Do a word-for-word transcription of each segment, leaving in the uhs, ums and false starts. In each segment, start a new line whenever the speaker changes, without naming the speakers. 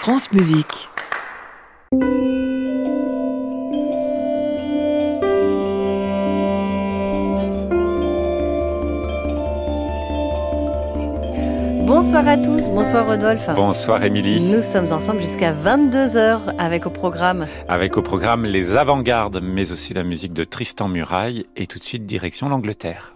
France Musique.
Bonsoir à tous, bonsoir Rodolphe.
Bonsoir Émilie.
Nous sommes ensemble jusqu'à vingt-deux heures avec au programme.
Avec au programme les avant-gardes, mais aussi la musique de Tristan Murail et tout de suite direction l'Angleterre.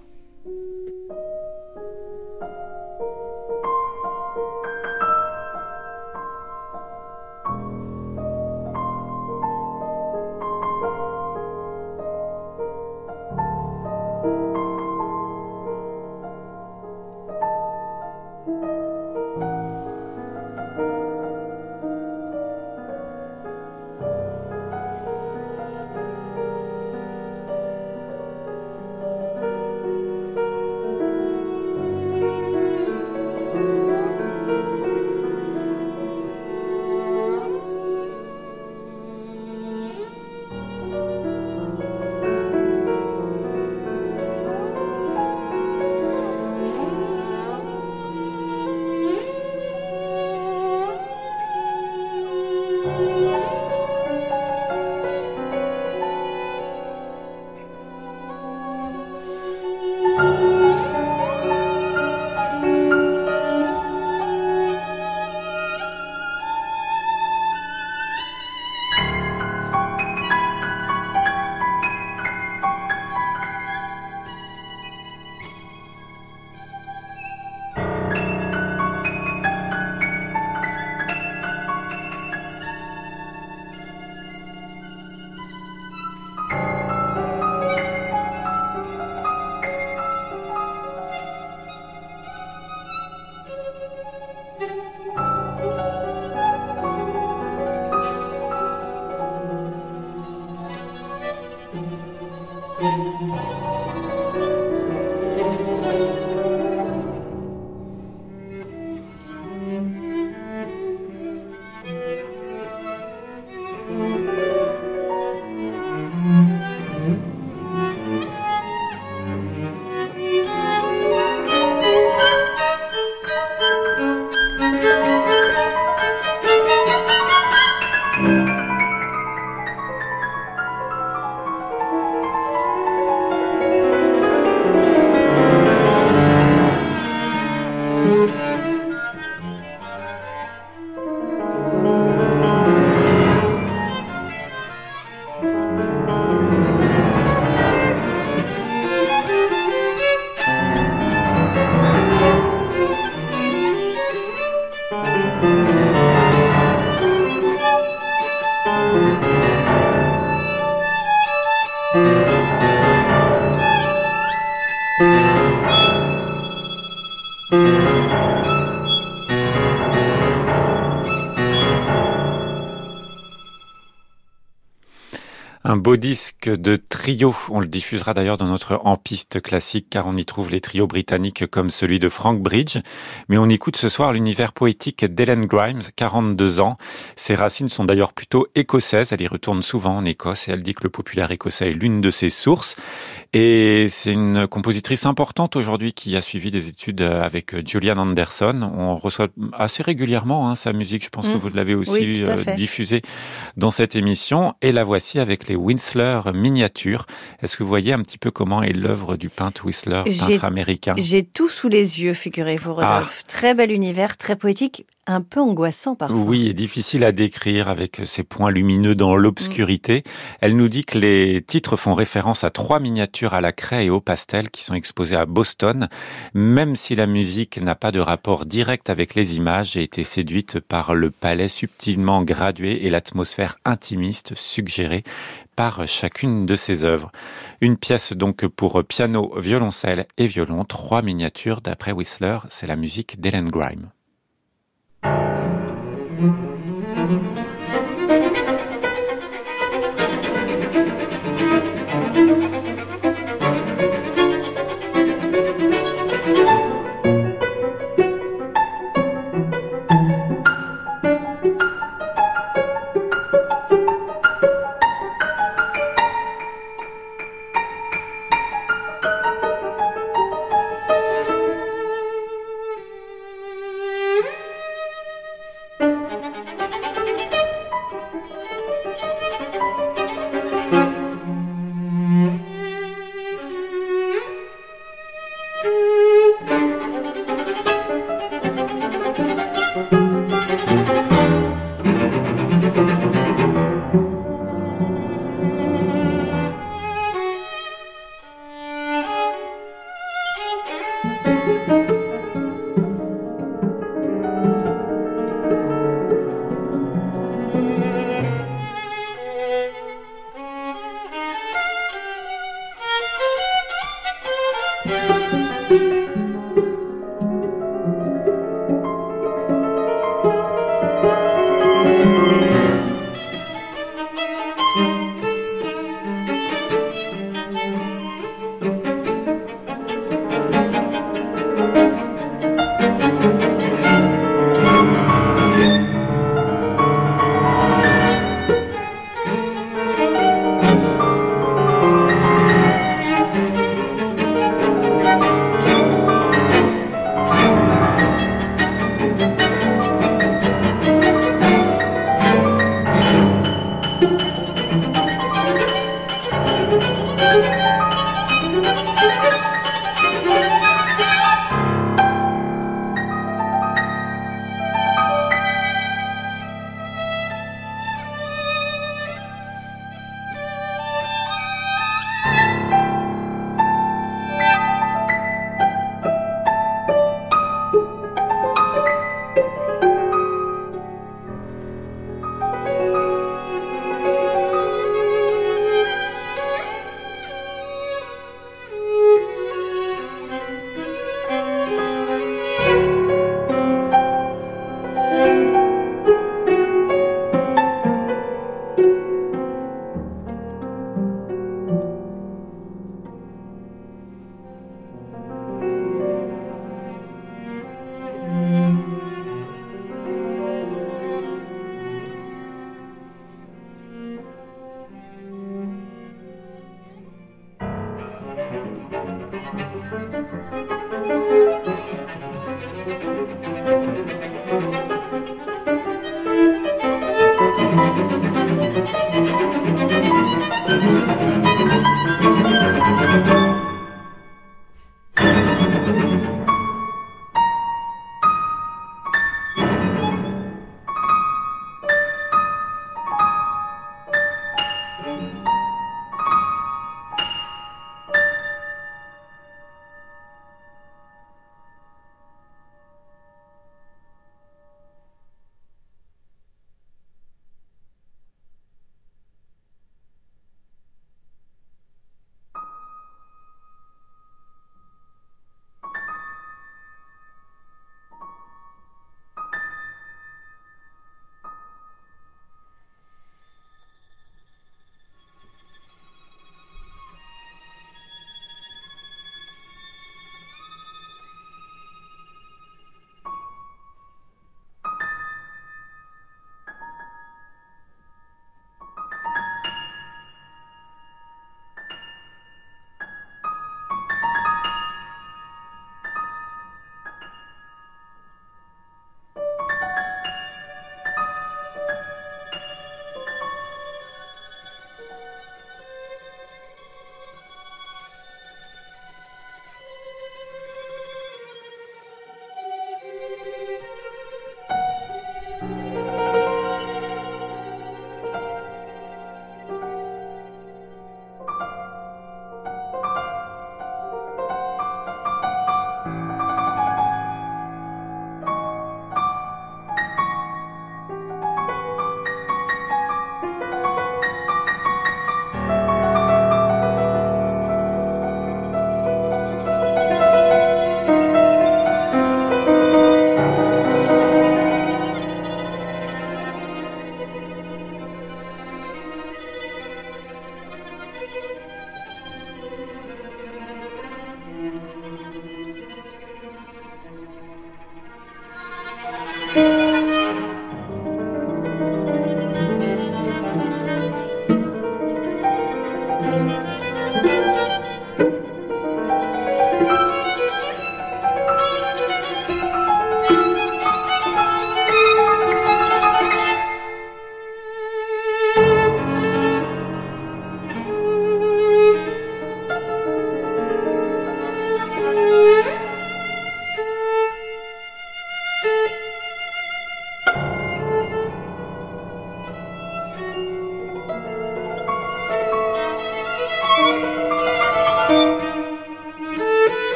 Un beau disque de trio, on le diffusera d'ailleurs dans notre en-piste classique car on y trouve les trios britanniques comme celui de Frank Bridge. Mais on écoute ce soir l'univers poétique d'Ellen Grimes, quarante-deux ans. Ses racines sont d'ailleurs plutôt écossaises, elle y retourne souvent en Écosse et elle dit que le populaire écossais est l'une de ses sources. Et c'est une compositrice importante aujourd'hui qui a suivi des études avec Julian Anderson. On reçoit assez régulièrement hein, sa musique, je pense mmh. que vous l'avez aussi
oui,
euh, diffusée dans cette émission. Et la voici avec les Whistler miniatures. Est-ce que vous voyez un petit peu comment est l'œuvre du peintre Whistler, peintre
j'ai,
américain?
J'ai tout sous les yeux, figurez-vous, Rodolphe. Ah. Très bel univers, très poétique, un peu angoissant parfois.
Oui, et difficile à décrire avec ces points lumineux dans l'obscurité. Mmh. Elle nous dit que les titres font référence à trois miniatures à la craie et au pastel qui sont exposées à Boston. Même si la musique n'a pas de rapport direct avec les images, j'ai été séduite par le palais subtilement gradué et l'atmosphère intimiste suggérée par chacune de ses œuvres. Une pièce donc pour piano, violoncelle et violon, trois miniatures d'après Whistler, c'est la musique d'Ellen Grimes.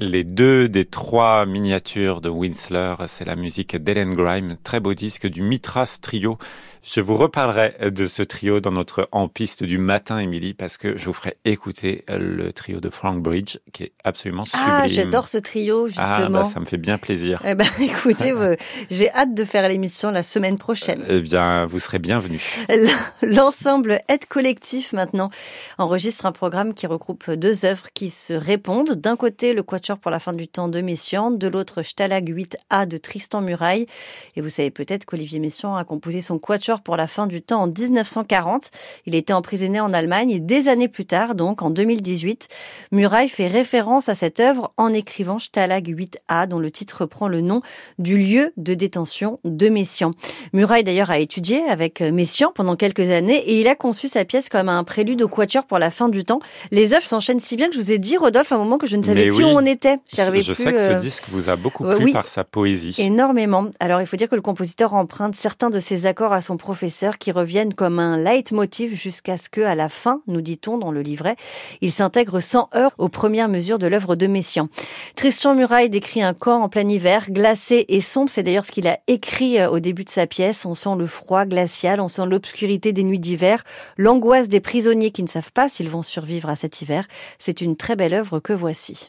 Les deux des trois miniatures de Winsler, c'est la musique d'Ellen Grime, très beau disque du Mitras Trio. Je vous reparlerai de ce trio dans notre En Piste du matin, Émilie, parce que je vous ferai écouter le trio de Frank Bridge, qui est absolument sublime.
Ah, j'adore ce trio, justement.
Ah, bah, ça me fait bien plaisir.
Eh ben, écoutez, euh, j'ai hâte de faire l'émission la semaine prochaine.
Eh bien, vous serez bienvenus.
L'ensemble Aide Collectif, maintenant, enregistre un programme qui regroupe deux œuvres qui se répondent. D'un côté, le Quatuor pour la fin du temps de Messiaen, de l'autre, Stalag huit A de Tristan Murail. Et vous savez peut-être qu'Olivier Messiaen a composé son Quatuor pour la fin du temps en dix-neuf cent quarante. Il était emprisonné en Allemagne et des années plus tard, donc en deux mille dix-huit, Murail fait référence à cette œuvre en écrivant Stalag huit A, dont le titre reprend le nom du lieu de détention de Messiaen. Murail d'ailleurs a étudié avec Messiaen pendant quelques années et il a conçu sa pièce comme un prélude au Quatuor pour la fin du temps. Les œuvres s'enchaînent si bien que je vous ai dit, Rodolphe, à un moment que je ne savais
Mais
plus
oui,
où on était.
Je
plus,
sais que
euh...
ce disque vous a beaucoup
euh,
plu
oui,
par sa poésie.
Énormément. Alors il faut dire que le compositeur emprunte certains de ses accords à son professeur qui reviennent comme un leitmotiv jusqu'à ce que, à la fin, nous dit-on dans le livret, il s'intègre sans heurts aux premières mesures de l'œuvre de Messiaen. Tristan Murail décrit un camp en plein hiver, glacé et sombre. C'est d'ailleurs ce qu'il a écrit au début de sa pièce. On sent le froid glacial, on sent l'obscurité des nuits d'hiver, l'angoisse des prisonniers qui ne savent pas s'ils vont survivre à cet hiver. C'est une très belle œuvre que voici.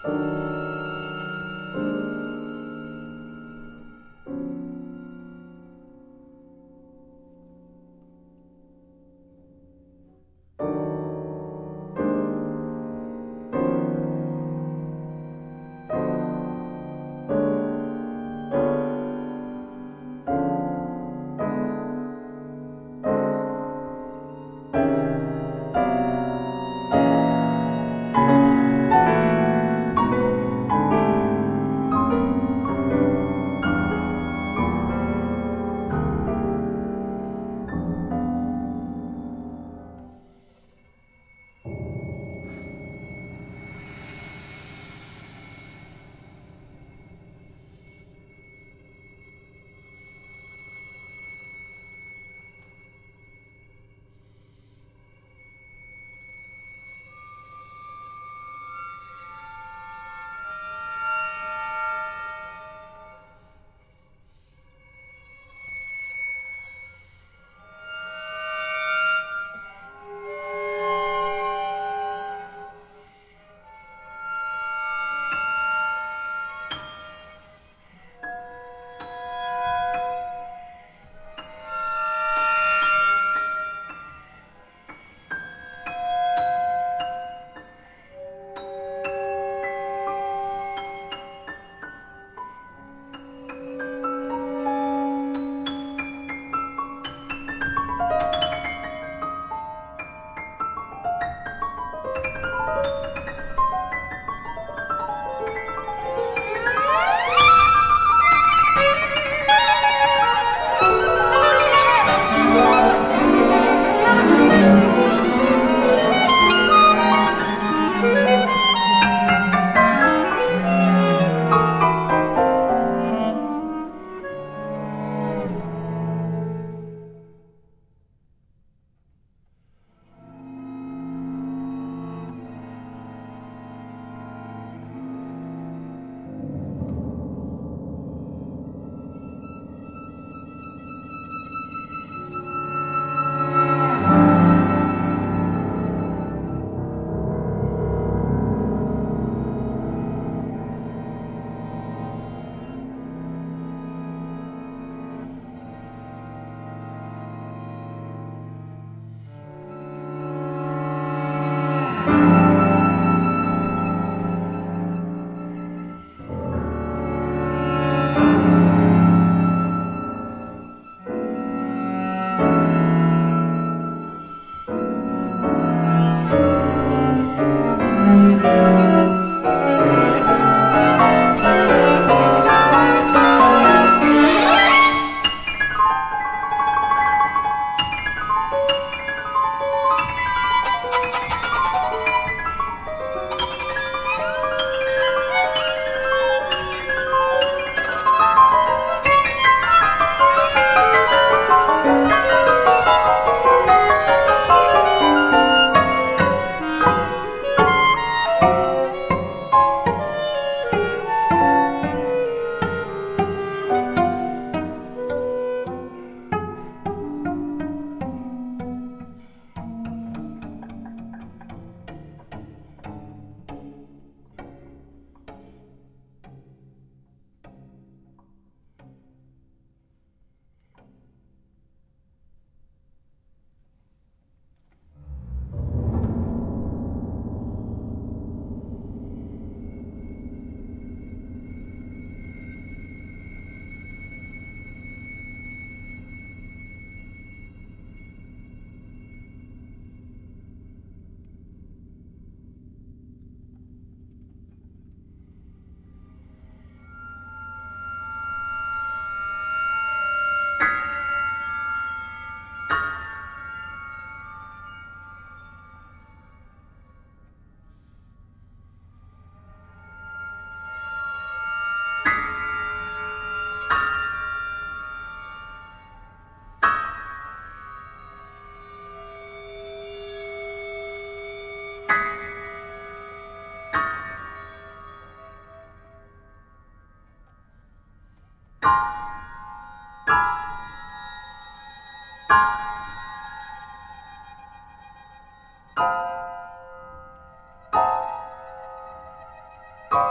Thank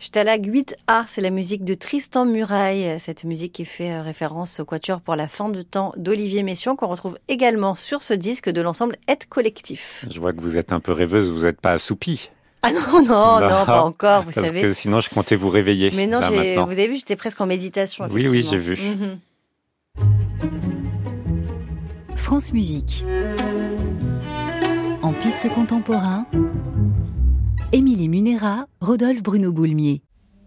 Stalag huit A, c'est la musique de Tristan Murail. Cette musique qui fait référence au quatuor pour la fin de temps d'Olivier Messiaen, qu'on retrouve également sur ce disque de l'ensemble Aide Collectif.
Je vois que vous êtes un peu rêveuse, vous n'êtes pas assoupie.
Ah non, non, non, non, pas encore, vous
parce
savez.
Parce que sinon, je comptais vous réveiller.
Mais non,
là,
j'ai, vous avez vu, j'étais presque en méditation.
Oui, oui, j'ai vu.
Mm-hmm.
France Musique. En piste contemporain, Émilie Munera, Rodolphe Bruno-Boulmier.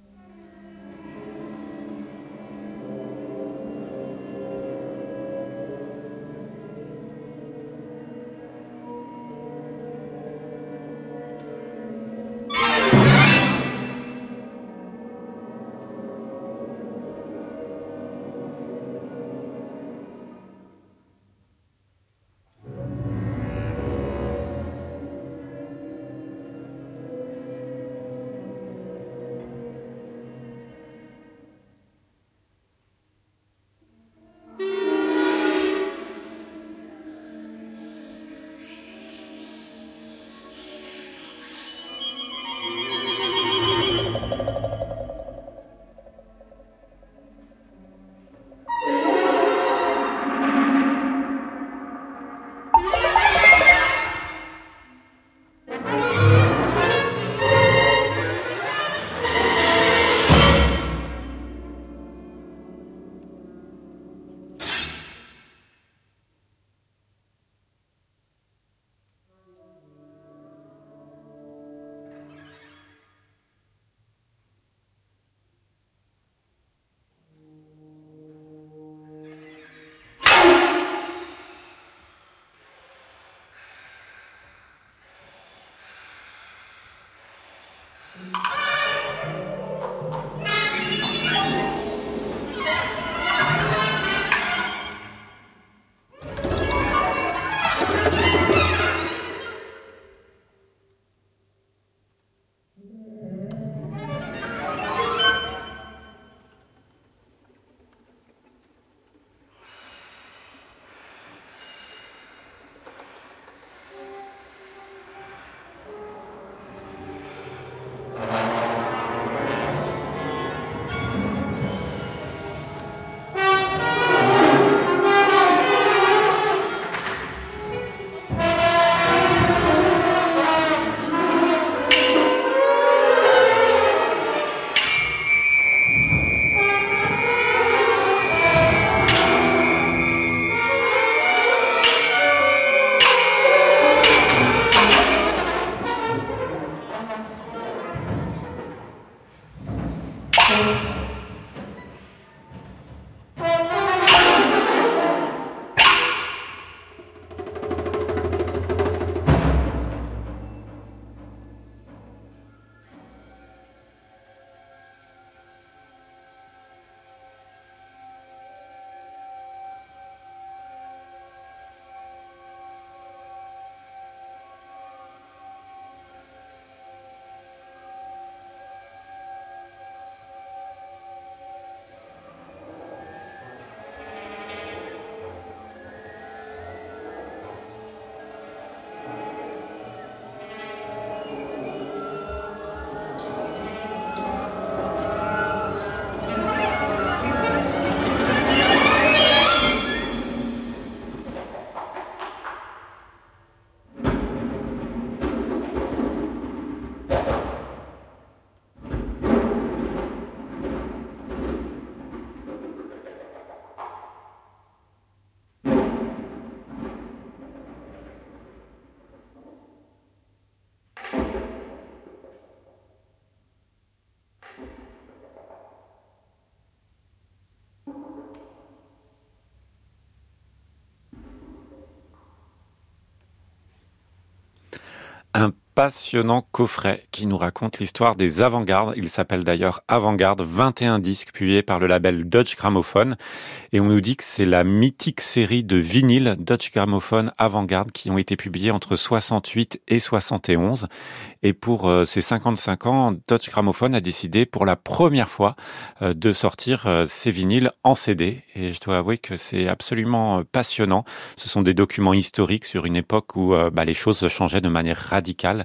Un passionnant coffret qui nous raconte l'histoire des avant-gardes. Il s'appelle d'ailleurs Avant-garde, vingt et un disques publiés par le label Deutsche Grammophon. Et on nous dit que c'est la mythique série de vinyles Deutsche Grammophon Avant-garde qui ont été publiés entre soixante-huit et soixante et onze. Et pour euh, ces cinquante-cinq ans, Deutsche Grammophon a décidé pour la première fois euh, de sortir euh, ces vinyles en C D. Et je dois avouer que c'est absolument passionnant. Ce sont des documents historiques sur une époque où euh, bah, les choses changeaient de manière radicale.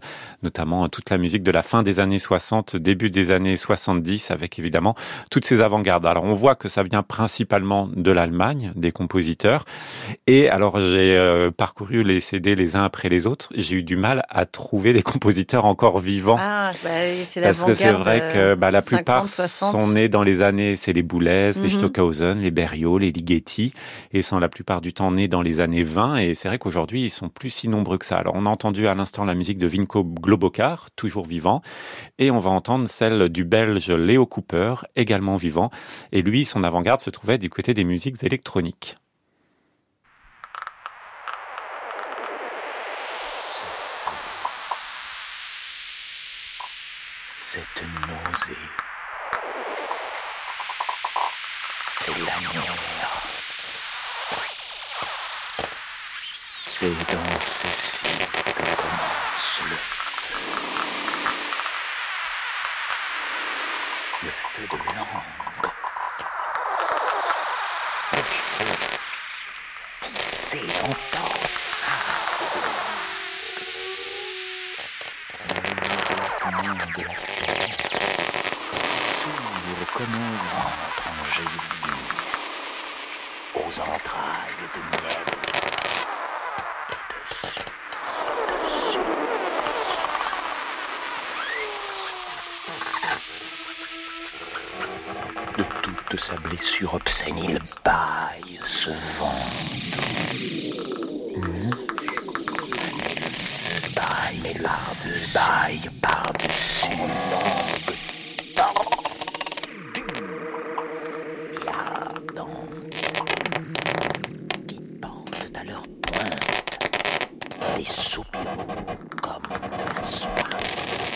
notamment toute la musique de la fin des années soixante, début des années soixante-dix, avec évidemment toutes ces avant-gardes. Alors on voit que ça vient principalement de l'Allemagne, des compositeurs. Et alors j'ai euh, parcouru les C D les uns après les autres. J'ai eu du mal à trouver des compositeurs encore vivants.
Ah, bah, c'est
Parce que c'est vrai que bah, la
cinquante,
plupart
soixante.
sont nés dans les années, c'est les Boulez,
Mhm.
les Stockhausen, les Berlioz, les Ligeti, et sont la plupart du temps nés dans les années vingt. Et c'est vrai qu'aujourd'hui, ils sont plus si nombreux que ça. Alors on a entendu à l'instant la musique de Vinko Globokar, toujours vivant, et on va entendre celle du Belge Leo Cooper, également vivant. Et lui, son avant-garde se trouvait du côté des musiques électroniques.
Cette nausée, c'est l'anière. C'est dans ceci que commence le feu. Le feu de langue. Le feu tissé longtemps ça. De la s'ouvre comme un ventre en gésie aux entrailles de miel et de sucre, de sucre, sucre. De toute sa blessure obscène, il bâille ce ventre. Mmh. Baille par-dessus, baille par-dessus, langue tordue et ardente, qui portent à leur pointe des soupiraux comme de la soif.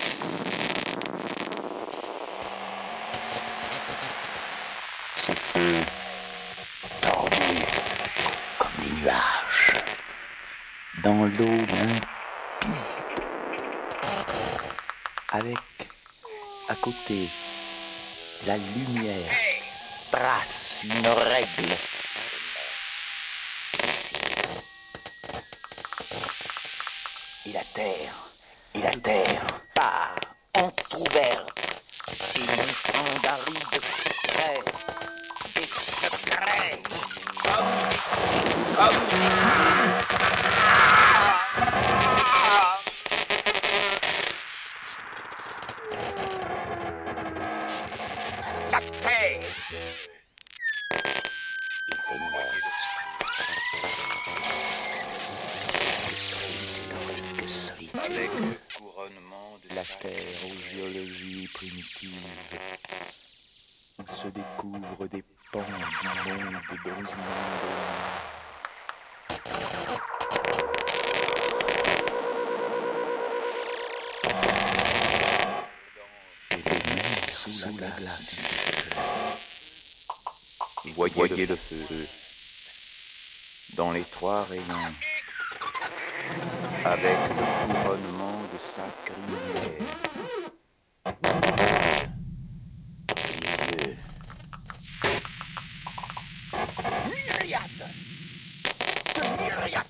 Ce feu tordu comme des nuages dans l'eau limpide. Avec, à côté, la lumière trace une règle. Et la terre, et la terre part entrouverte. Et montrant d'arides secrets, des secrets, comme des, comme des... La terre et ses mers. Historique solitude. Avec le couronnement de la terre aux géologies primitives, on se découvre des pans du monde dans une monde. Sous la glace, voyez le feu dans les trois rayons, avec le couronnement de sa crinière. Les yeux. Myriade de myriades.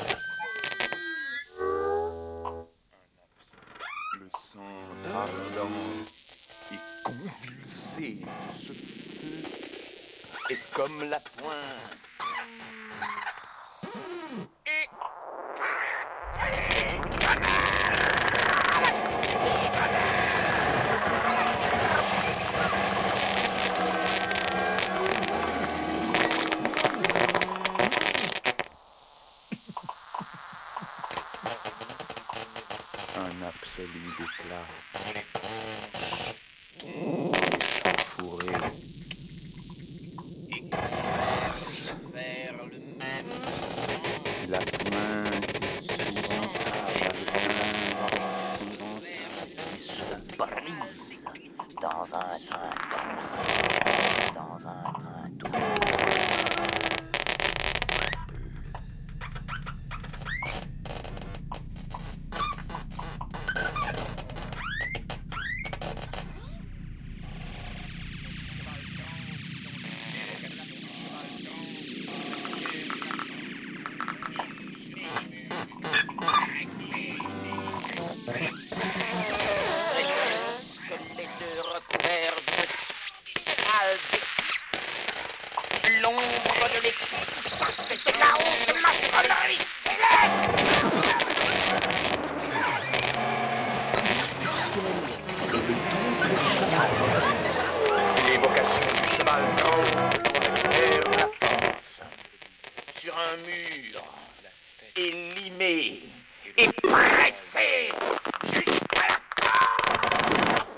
Le sang ardent et convulsé de ce feu est comme la pointe. Et un absolu d'éclat. Fourré et converse vers le même la pointe souvent qui se brise dans un train dans un train tout de l'équipe. Ça, c'était la haute maçonnerie célèbre. L'évocation du cheval blanc vers la force. Sur un mur, et limé, et pressé jusqu'à la corde.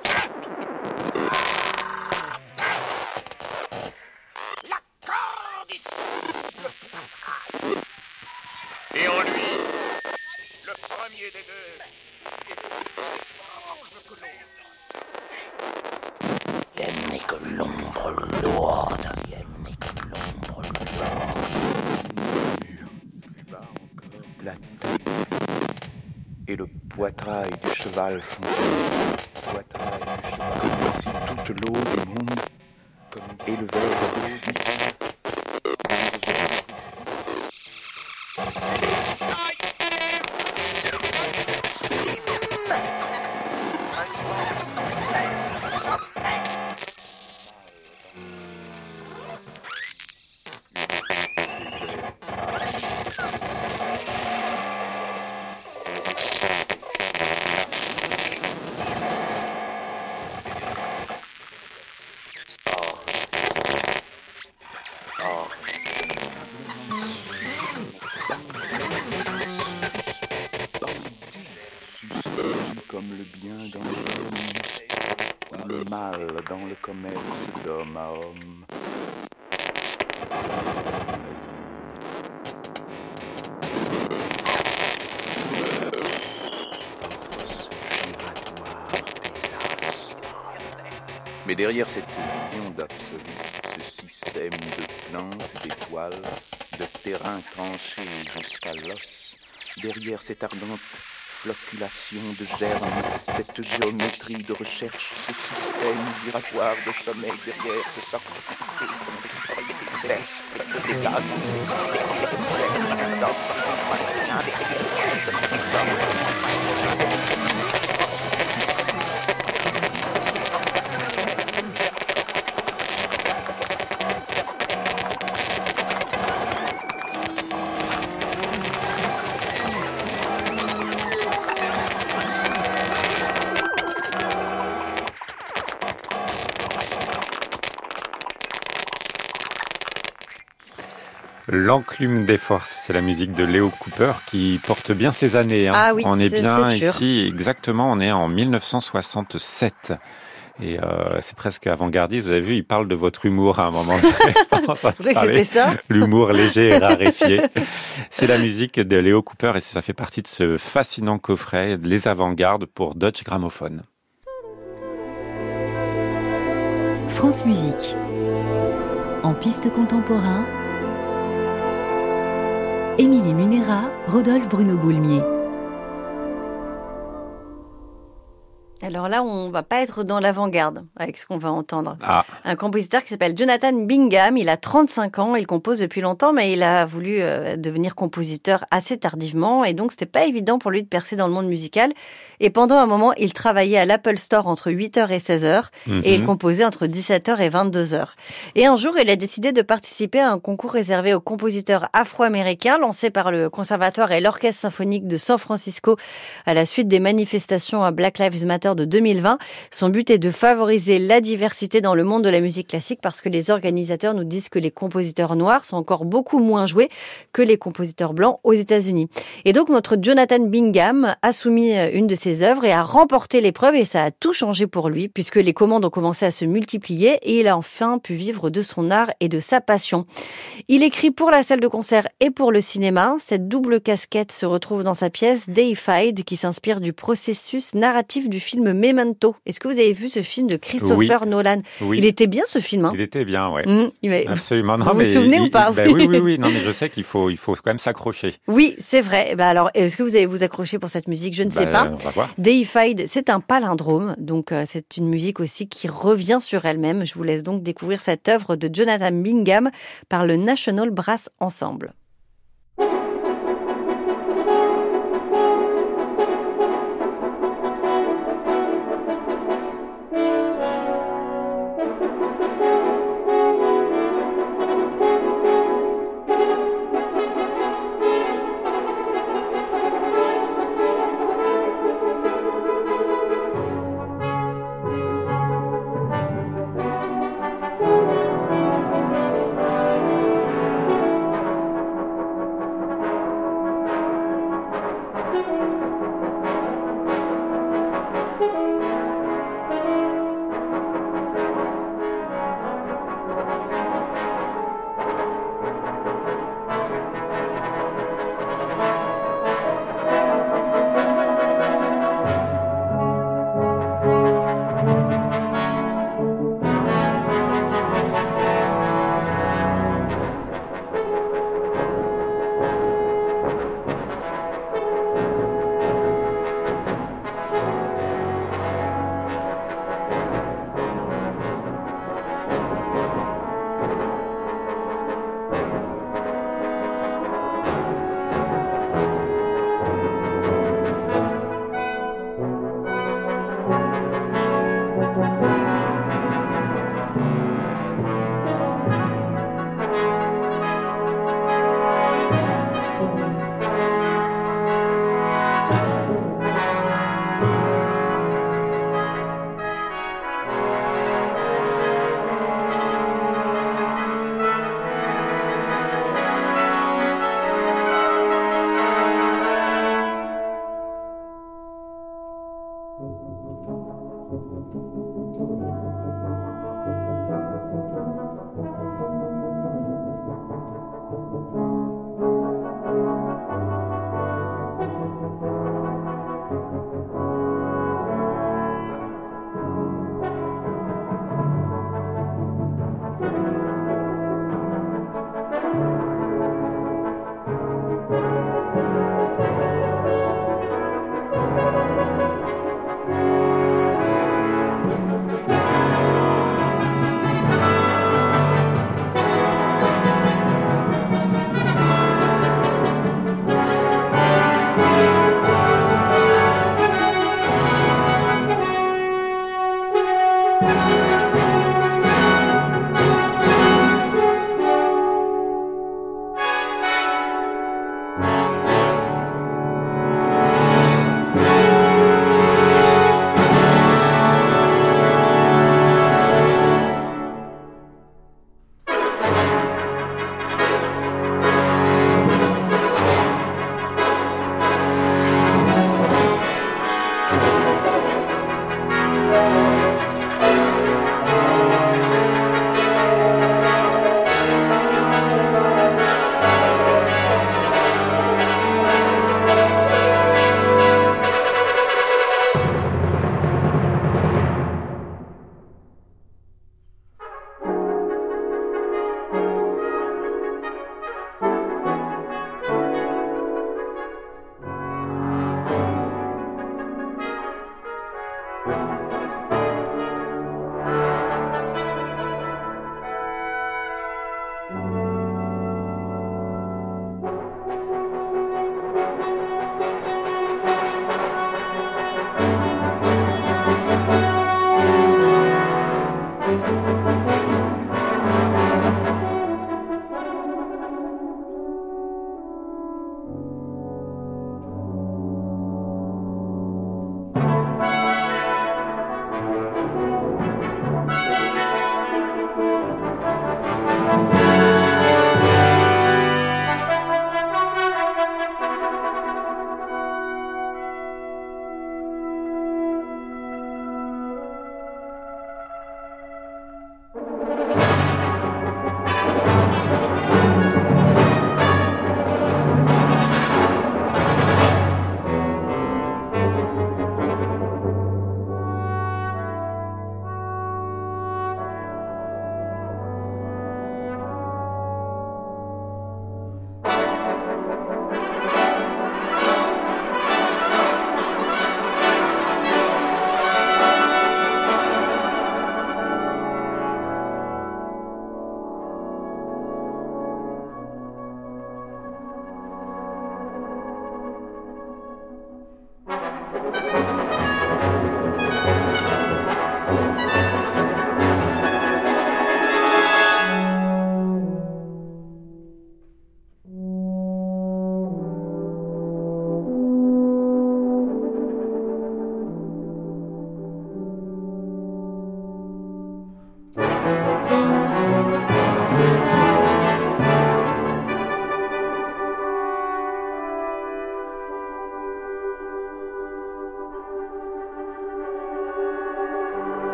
La corde est le poitrail. Et en lui, le premier des deux. Il n'est que l'ombre lourde. Il n'est que l'ombre lourde. Plus bas encore, la tête et le poitrail du cheval fontaine. Poitrail du cheval. Comme si toute l'eau du monde élevait le fils. Comme le bien dans l'homme, ou le mal dans le commerce d'homme à homme. Mais derrière cette vision d'absolu, ce système de plantes, d'étoiles, de terrains tranchés jusqu'à l'os, derrière cette ardente flocculation de germes, cette géométrie de recherche, ce système giratoire de sommeil derrière ce socle
L'enclume des forces, c'est la musique de Léo Cooper qui porte bien ses années. Hein.
Ah oui,
on est,
c'est,
bien
c'est sûr.
ici, exactement, on est en dix-neuf cent soixante-sept. Et euh, c'est presque avant-gardiste. Vous avez vu, il parle de votre humour à un moment.
Je croyais que c'était ça.
L'humour léger et raréfié. C'est la musique de Léo Cooper et ça fait partie de ce fascinant coffret, Les Avant-Gardes pour Deutsche Grammophon.
France Musique. En piste contemporain, Émilie Munera, Rodolphe Bruno-Boulmier.
Alors là, on va pas être dans l'avant-garde avec ce qu'on va entendre.
Ah.
Un compositeur qui s'appelle Jonathan Bingham, il a trente-cinq ans, il compose depuis longtemps, mais il a voulu euh, devenir compositeur assez tardivement, et donc c'était pas évident pour lui de percer dans le monde musical. Et pendant un moment, il travaillait à l'Apple Store entre huit heures et seize heures, mm-hmm. et il composait entre dix-sept heures et vingt-deux heures. Et un jour, il a décidé de participer à un concours réservé aux compositeurs afro-américains, lancé par le Conservatoire et l'Orchestre symphonique de San Francisco à la suite des manifestations à Black Lives Matter de deux mille vingt. Son but est de favoriser la diversité dans le monde de la musique classique parce que les organisateurs nous disent que les compositeurs noirs sont encore beaucoup moins joués que les compositeurs blancs aux États-Unis. Et donc notre Jonathan Bingham a soumis une de ses œuvres et a remporté l'épreuve et ça a tout changé pour lui puisque les commandes ont commencé à se multiplier et il a enfin pu vivre de son art et de sa passion. Il écrit pour la salle de concert et pour le cinéma. Cette double casquette se retrouve dans sa pièce Deified qui s'inspire du processus narratif du film Memento. Est-ce que vous avez vu ce film de Christopher
oui.
Nolan?
Oui.
Il était bien ce film. Hein.
Il était bien, ouais.
Mmh, mais...
Absolument. Non,
vous
mais
vous souvenez
il,
ou pas?
ben oui, oui, oui. Non, mais je sais qu'il faut, il faut quand même s'accrocher.
Oui, c'est vrai. Ben alors, est-ce que vous allez vous accrocher pour cette musique? Je ne sais
ben,
pas.
On va voir.
Deified, c'est un palindrome, donc euh, c'est une musique aussi qui revient sur elle-même. Je vous laisse donc découvrir cette œuvre de Jonathan Bingham par le National Brass Ensemble.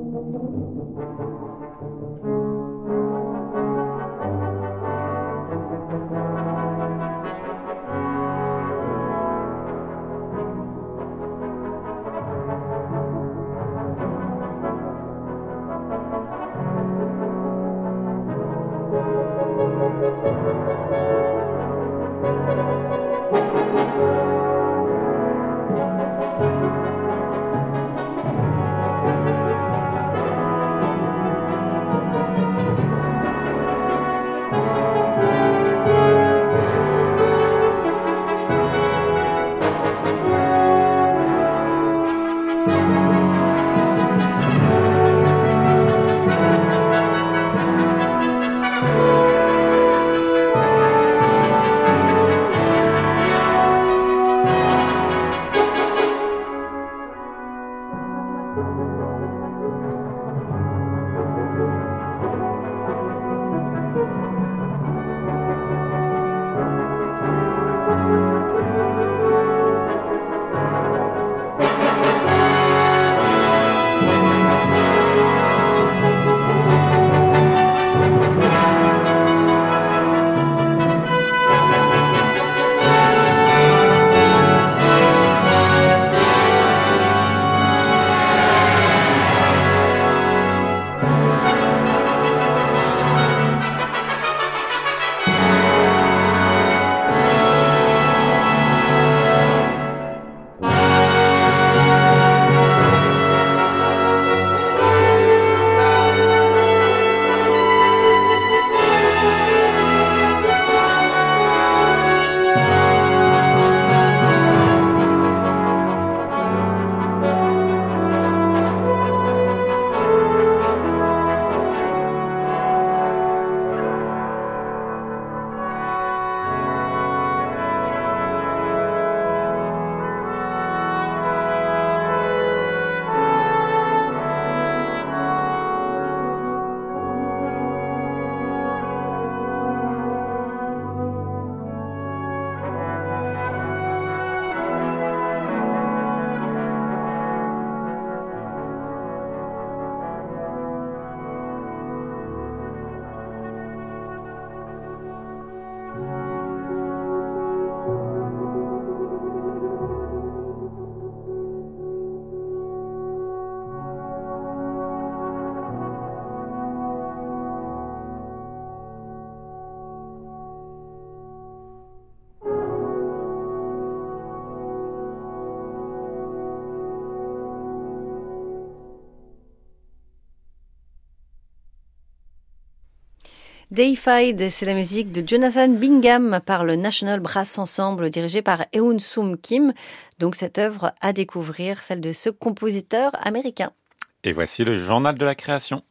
Deified, c'est la musique de Jonathan Bingham par le National Brass Ensemble dirigé par Eun Sung Kim. Donc cette œuvre à découvrir, celle de ce compositeur américain.
Et voici le journal de la création.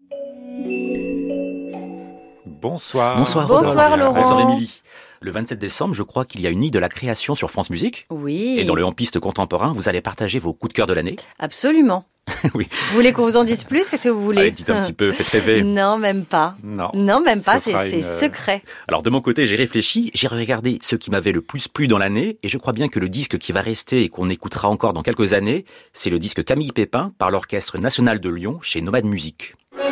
Bonsoir.
Bonsoir,
Bonsoir Laurent.
Bonsoir Émilie. Le vingt-sept décembre, je crois qu'il y a une nuit de la création sur France Musique.
Oui.
Et dans le En Piste Contemporain, vous allez partager vos coups de cœur de l'année.
Absolument.
Oui.
Vous voulez qu'on vous en dise plus? Qu'est-ce que vous voulez?
Allez, dites un petit peu, faites rêver.
Non, même pas.
Non.
Non, même pas,
Ce
c'est,
sera
c'est
une...
secret.
Alors de mon côté, j'ai réfléchi, j'ai regardé ce qui m'avait le plus plu dans l'année, et je crois bien que le disque qui va rester et qu'on écoutera encore dans quelques années, c'est le disque Camille Pépin par l'Orchestre National de Lyon chez Nomade Musique.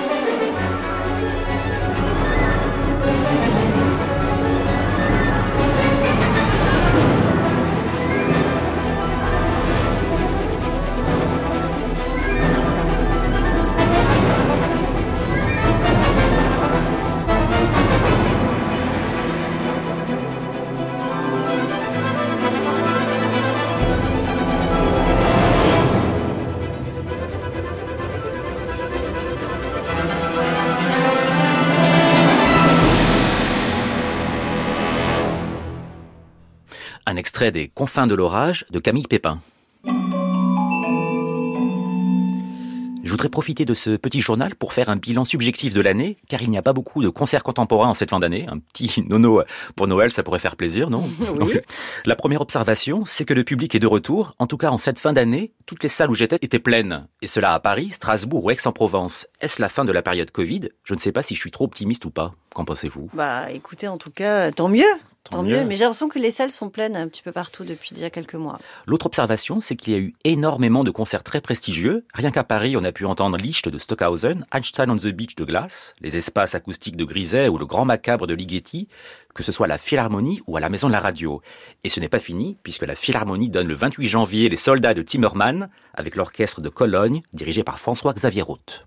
Un extrait des Confins de l'orage de Camille Pépin. Je voudrais profiter de ce petit journal pour faire un bilan subjectif de l'année, car il n'y a pas beaucoup de concerts contemporains en cette fin d'année. Un petit nono pour Noël, ça pourrait faire plaisir, non?
Oui.
Donc, la première observation, c'est que le public est de retour. En tout cas, en cette fin d'année, toutes les salles où j'étais étaient pleines. Et cela à Paris, Strasbourg ou Aix-en-Provence. Est-ce la fin de la période Covid? Je ne sais pas si je suis trop optimiste ou pas. Qu'en pensez-vous?
Bah, écoutez, en tout cas, tant mieux. Tant, Tant mieux, mais j'ai l'impression que les salles sont pleines un petit peu partout depuis déjà quelques mois.
L'autre observation, c'est qu'il y a eu énormément de concerts très prestigieux. Rien qu'à Paris, on a pu entendre Licht de Stockhausen, Einstein on the Beach de Glass, les espaces acoustiques de Griset ou le Grand Macabre de Ligeti, que ce soit à la Philharmonie ou à la Maison de la Radio. Et ce n'est pas fini, puisque la Philharmonie donne le vingt-huit janvier les Soldats de Timmerman, avec l'orchestre de Cologne, dirigé par François-Xavier Roth.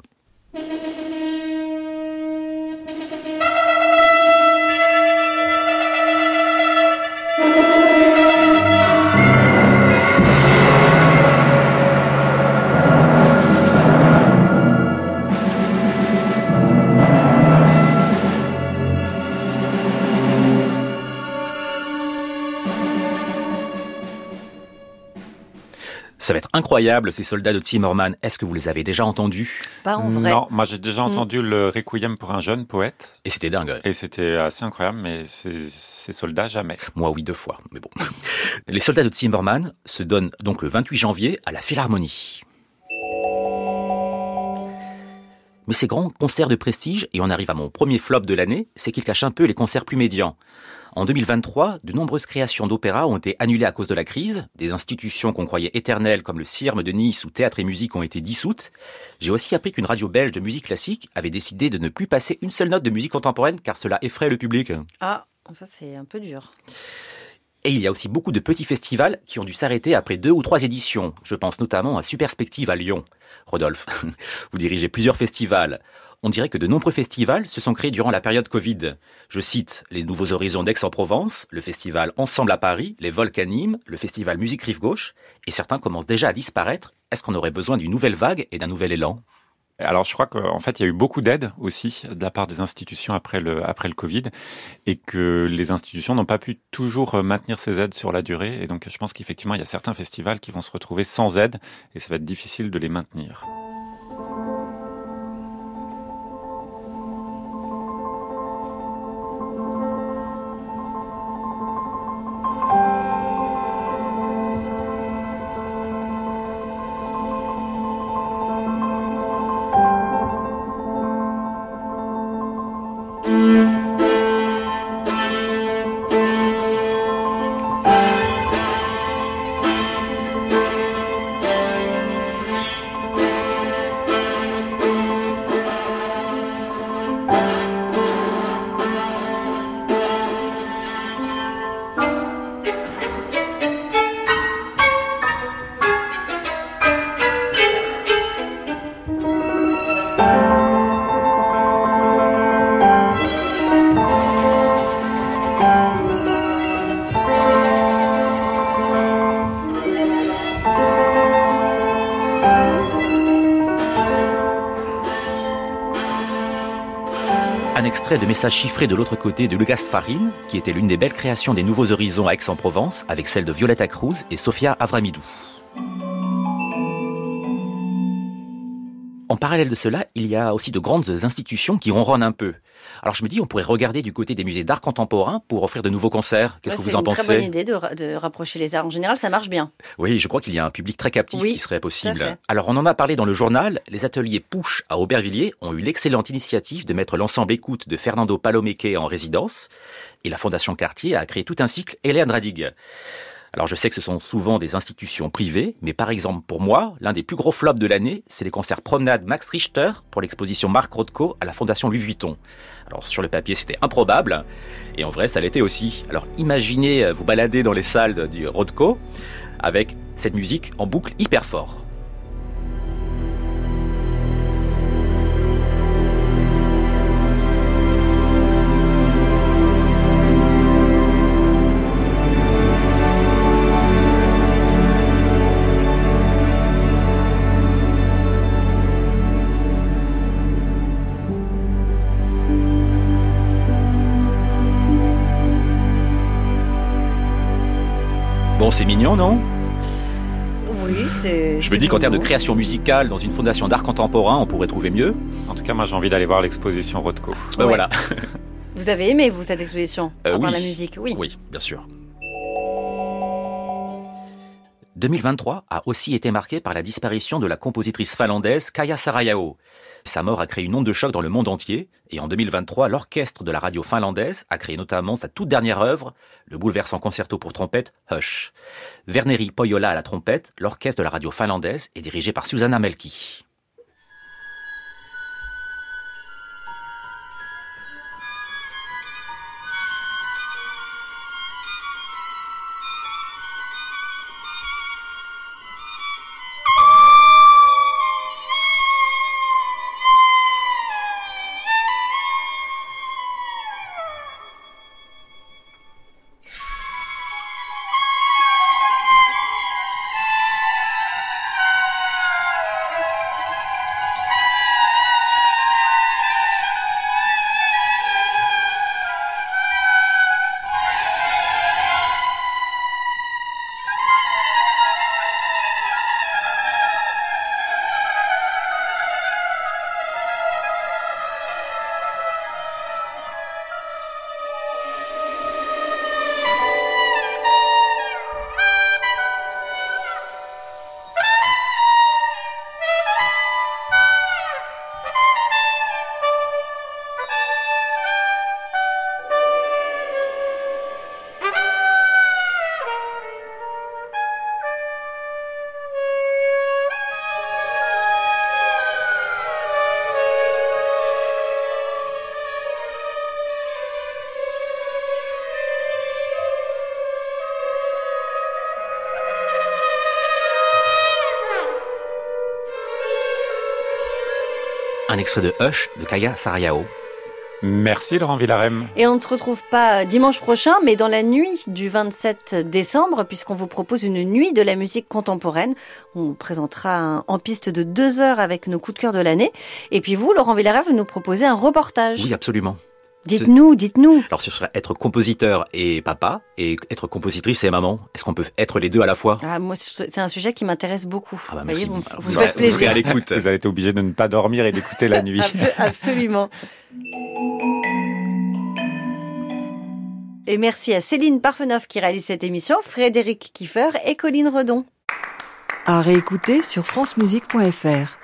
Ça va être incroyable, ces Soldats de Timmerman. Est-ce que vous les avez déjà entendus ?
Pas en vrai.
Non, moi j'ai déjà entendu mmh. le Requiem pour un jeune poète.
Et c'était dingue.
Et c'était assez incroyable, mais ces, ces soldats, jamais.
Moi, oui, deux fois, mais bon. Les Soldats de Timmerman se donnent donc le vingt-huit janvier à la Philharmonie. Mais ces grands concerts de prestige, et on arrive à mon premier flop de l'année, c'est qu'ils cachent un peu les concerts plus médians. En deux mille vingt-trois, de nombreuses créations d'opéra ont été annulées à cause de la crise. Des institutions qu'on croyait éternelles comme le C I R M de Nice ou Théâtre et Musique ont été dissoutes. J'ai aussi appris qu'une radio belge de musique classique avait décidé de ne plus passer une seule note de musique contemporaine car cela effraie le public.
Ah, ça c'est un peu dur.
Et il y a aussi beaucoup de petits festivals qui ont dû s'arrêter après deux ou trois éditions. Je pense notamment à Superspective à Lyon. Rodolphe, vous dirigez plusieurs festivals. On dirait que de nombreux festivals se sont créés durant la période Covid. Je cite les Nouveaux Horizons d'Aix-en-Provence, le festival Ensemble à Paris, les Volcanimes, le festival Musique Rive Gauche, et certains commencent déjà à disparaître. Est-ce qu'on aurait besoin d'une nouvelle vague et d'un nouvel élan ?
Alors, je crois qu'en fait, il y a eu beaucoup d'aides aussi de la part des institutions après le, après le Covid et que les institutions n'ont pas pu toujours maintenir ces aides sur la durée. Et donc, je pense qu'effectivement, il y a certains festivals qui vont se retrouver sans aide et ça va être difficile de les maintenir.
Un extrait de Messages chiffrés de l'autre côté de Lucas Farin, qui était l'une des belles créations des Nouveaux Horizons à Aix-en-Provence, avec celle de Violetta Cruz et Sofia Avramidou. En parallèle de cela, il y a aussi de grandes institutions qui ronronnent un peu. Alors je me dis, on pourrait regarder du côté des musées d'art contemporain pour offrir de nouveaux concerts. Qu'est-ce ouais, que vous en pensez ?
C'est une très bonne idée de, ra- de rapprocher les arts. En général, ça marche bien.
Oui, je crois qu'il y a un public très captif
oui,
qui serait possible. Alors on en a parlé dans le journal. Les ateliers Push à Aubervilliers ont eu l'excellente initiative de mettre l'ensemble écoute de Fernando Palomeque en résidence. Et la Fondation Cartier a créé tout un cycle Hélène Radig. Alors je sais que ce sont souvent des institutions privées, mais par exemple pour moi, l'un des plus gros flops de l'année, c'est les concerts Promenade Max Richter pour l'exposition Marc Rothko à la Fondation Louis Vuitton. Alors sur le papier c'était improbable, et en vrai ça l'était aussi. Alors imaginez vous balader dans les salles du Rothko avec cette musique en boucle hyper fort. Bon, c'est mignon, non ?
Oui, c'est...
Je me dis qu'en termes de création musicale, dans une fondation d'art contemporain, on pourrait trouver mieux.
En tout cas, moi, j'ai envie d'aller voir l'exposition Rothko.
Ben
ouais.
Voilà.
Vous avez aimé, vous, cette exposition ?
euh,
À
oui.
part la musique, oui.
Oui, bien sûr. deux mille vingt-trois a aussi été marqué par la disparition de la compositrice finlandaise Kaija Saariaho. Sa mort a créé une onde de choc dans le monde entier, et en deux mille vingt-trois, l'orchestre de la radio finlandaise a créé notamment sa toute dernière œuvre, le bouleversant concerto pour trompette Hush. Verneri Pohjola à la trompette, l'orchestre de la radio finlandaise est dirigé par Susanna Melki. Un extrait de Hush de Kaija Saariaho.
Merci Laurent Villarem.
Et on ne se retrouve pas dimanche prochain, mais dans la nuit du vingt-sept décembre, puisqu'on vous propose une nuit de la musique contemporaine. On présentera un en piste de deux heures avec nos coups de cœur de l'année. Et puis vous, Laurent Villarem, vous nous proposez un reportage.
Oui, absolument.
Dites-nous, dites-nous.
Alors, ce serait être compositeur et papa, et être compositrice et maman. Est-ce qu'on peut être les deux à la fois?
Ah, moi, c'est un sujet qui m'intéresse beaucoup.
Ah bah,
vous
merci.
voyez, vous, vous,
vous,
faites plaisir.
Vous serez à l'écoute.
Vous avez été obligé de ne pas dormir et d'écouter la nuit.
Absolument. Et merci à Céline Parfenoff qui réalise cette émission, Frédéric Kieffer et Colline Redon.
À réécouter sur francemusique point f r.